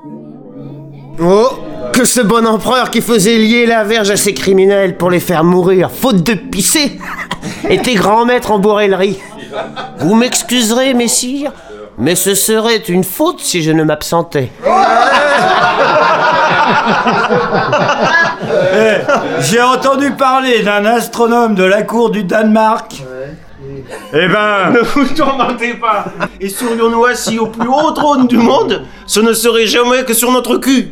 Oh, que ce bon empereur qui faisait lier la verge à ses criminels pour les faire mourir, faute de pisser, était grand maître en bourrellerie. Vous m'excuserez, messire, mais ce serait une faute si je ne m'absentais. J'ai entendu parler d'un astronome de la cour du Danemark. Eh ben... Ne vous tourmentez pas. Et serions-nous assis au plus haut trône du monde, ce ne serait jamais que sur notre cul.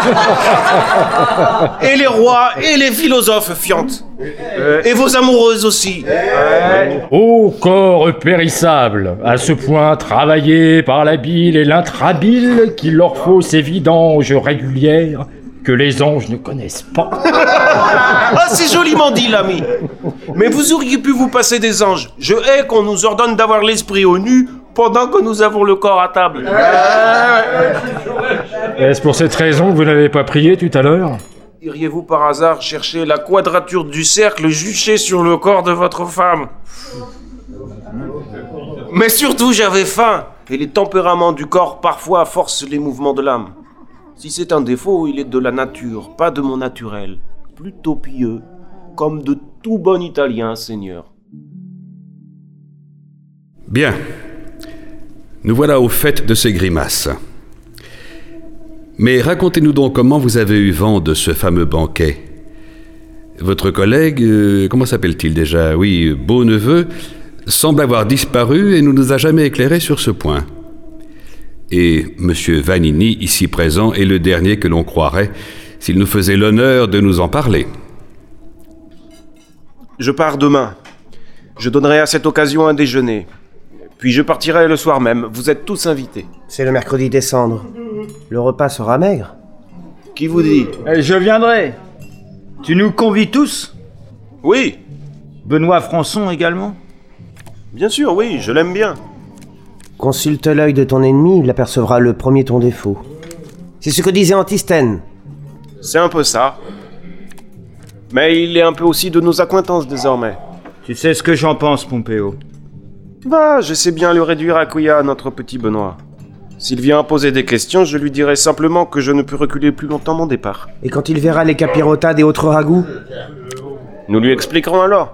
Et les rois et les philosophes fiantes. Et vos amoureuses aussi. Ô corps périssable, à ce point travaillé par la bile et l'intrabile, qu'il leur faut ces vidanges régulières que les anges ne connaissent pas. Ah, c'est joliment dit, l'ami. Mais vous auriez pu vous passer des anges. Je hais qu'on nous ordonne d'avoir l'esprit au nu pendant que nous avons le corps à table. Est-ce pour cette raison que vous n'avez pas prié tout à l'heure ? Iriez-vous par hasard chercher la quadrature du cercle juchée sur le corps de votre femme ? Mais surtout, j'avais faim, et les tempéraments du corps parfois forcent les mouvements de l'âme. Si c'est un défaut, il est de la nature, pas de mon naturel. Plutôt pieux, comme de tout bon Italien, Seigneur. Bien. Nous voilà au fait de ces grimaces. Mais racontez-nous donc comment vous avez eu vent de ce fameux banquet. Votre collègue, comment s'appelle-t-il déjà ? Oui, Beauneveu, semble avoir disparu et ne nous a jamais éclairé sur ce point. Et M. Vanini, ici présent, est le dernier que l'on croirait s'il nous faisait l'honneur de nous en parler. Je pars demain. Je donnerai à cette occasion un déjeuner. Puis je partirai le soir même. Vous êtes tous invités. C'est le mercredi des cendres. Le repas sera maigre. Qui vous dit ? Je viendrai. Tu nous convies tous ? Oui, Benoît Françon également ? bien sûr, oui, je l'aime bien. Consulte l'œil de ton ennemi, il apercevra le premier ton défaut. C'est ce que disait Antisthène. C'est un peu ça. Mais il est un peu aussi de nos accointances désormais. Tu sais ce que j'en pense, Pompéo. Bah, je sais bien le réduire à couilla, notre petit Benoît. S'il vient poser des questions, je lui dirai simplement que je ne peux reculer plus longtemps mon départ. Et quand il verra les capirotades et autres ragoûts ? Nous lui expliquerons alors.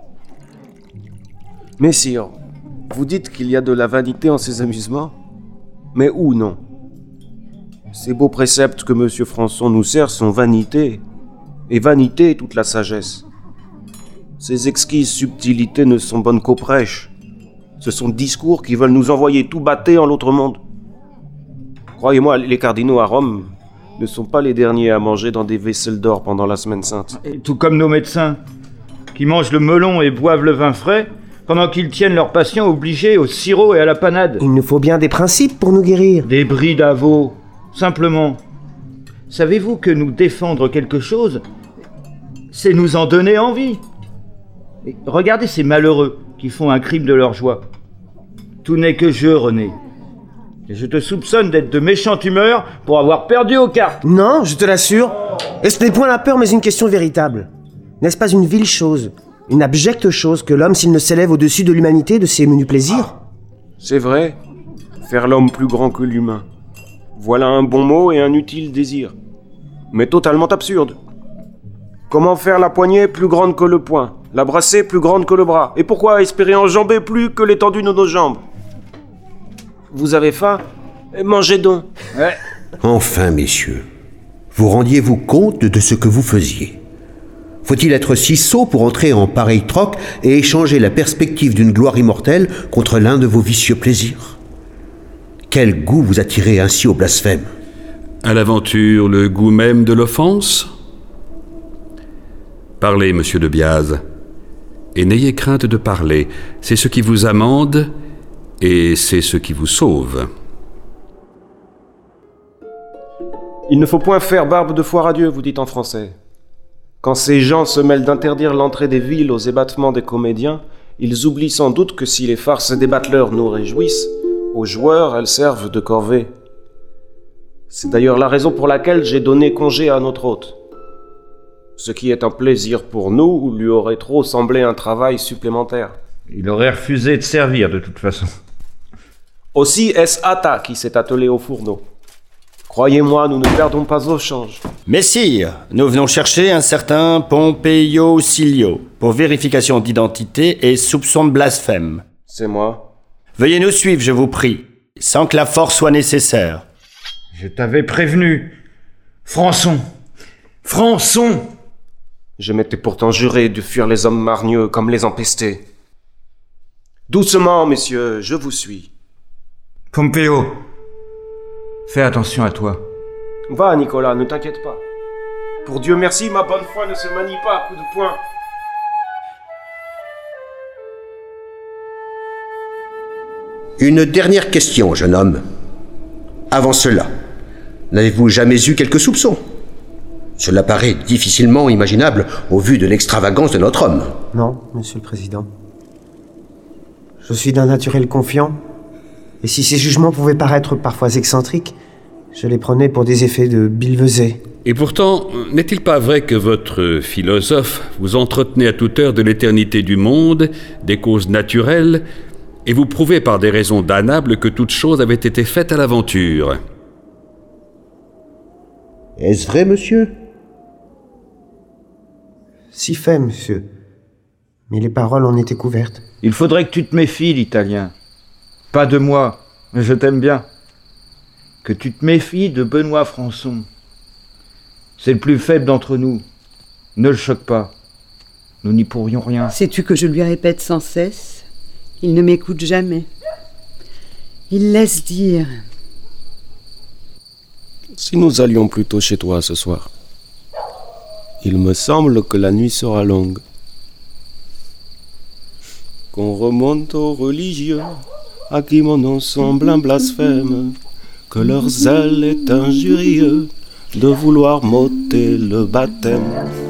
Messire, vous dites qu'il y a de la vanité en ces amusements ? Mais où non ? Ces beaux préceptes que M. Françon nous sert sont vanité. Et vanité est toute la sagesse. Ces exquises subtilités ne sont bonnes qu'aux prêches. Ce sont discours qui veulent nous envoyer tout batté en l'autre monde. Croyez-moi, les cardinaux à Rome ne sont pas les derniers à manger dans des vaisselles d'or pendant la semaine sainte. Et tout comme nos médecins, qui mangent le melon et boivent le vin frais, pendant qu'ils tiennent leurs patients obligés au sirop et à la panade. Il nous faut bien des principes pour nous guérir. Des bris d'avaux, simplement. Savez-vous que nous défendre quelque chose, c'est nous en donner envie. Et regardez ces malheureux qui font un crime de leur joie. Tout n'est que jeu, René. Et je te soupçonne d'être de méchante humeur pour avoir perdu aux cartes. Non, je te l'assure. Et ce n'est point la peur, mais une question véritable. N'est-ce pas une vile chose, une abjecte chose que l'homme, s'il ne s'élève au-dessus de l'humanité, de ses menus plaisirs ? C'est vrai, faire l'homme plus grand que l'humain. Voilà un bon mot et un utile désir. Mais totalement absurde. Comment faire la poignée plus grande que le poing, la brassée plus grande que le bras, et pourquoi espérer enjamber plus que l'étendue de nos jambes ? Vous avez faim ? Mangez donc. Ouais. Enfin, messieurs, vous rendiez-vous compte de ce que vous faisiez ? Faut-il être si sot pour entrer en pareil troc et échanger la perspective d'une gloire immortelle contre l'un de vos vicieux plaisirs ? Quel goût vous attirez ainsi au blasphème ? À l'aventure, le goût même de l'offense ? Parlez, monsieur de Biase, et n'ayez crainte de parler. C'est ce qui vous amende et c'est ce qui vous sauve. Il ne faut point faire barbe de foire à Dieu, vous dites en français. Quand ces gens se mêlent d'interdire l'entrée des villes aux ébattements des comédiens, ils oublient sans doute que si les farces des battleurs nous réjouissent, aux joueurs elles servent de corvée. C'est d'ailleurs la raison pour laquelle j'ai donné congé à notre hôte. Ce qui est un plaisir pour nous lui aurait trop semblé un travail supplémentaire. Il aurait refusé de servir de toute façon. Aussi est-ce Atta qui s'est attelé au fourneau. Croyez-moi, nous ne perdons pas au change. Messire, nous venons chercher un certain Pompeo Silio pour vérification d'identité et soupçon de blasphème. C'est moi. Veuillez nous suivre, je vous prie, sans que la force soit nécessaire. Je t'avais prévenu. Françon. Je m'étais pourtant juré de fuir les hommes margneux comme les empestés. Doucement, messieurs, je vous suis. Pompeo, fais attention à toi. Va, Nicolas, ne t'inquiète pas. Pour Dieu merci, ma bonne foi ne se manie pas à coups de poing. Une dernière question, jeune homme. Avant cela, n'avez-vous jamais eu quelques soupçons? Cela paraît difficilement imaginable au vu de l'extravagance de notre homme. Non, monsieur le président. Je suis d'un naturel confiant, et si ces jugements pouvaient paraître parfois excentriques, je les prenais pour des effets de billevesée. Et pourtant, n'est-il pas vrai que votre philosophe vous entretenait à toute heure de l'éternité du monde, des causes naturelles, et vous prouvait par des raisons damnables que toute chose avait été faite à l'aventure? Est-ce vrai, monsieur? Si fait, monsieur. Mais les paroles en étaient couvertes. Il faudrait que tu te méfies, l'Italien. Pas de moi, mais je t'aime bien. Que tu te méfies de Benoît Françon. C'est le plus faible d'entre nous. Ne le choque pas. Nous n'y pourrions rien. Sais-tu que je lui répète sans cesse? Il ne m'écoute jamais. Il laisse dire. Si nous allions plutôt chez toi ce soir. Il me semble que la nuit sera longue. Qu'on remonte aux religieux, à qui mon nom semble un blasphème, que leur zèle est injurieux de vouloir m'ôter le baptême.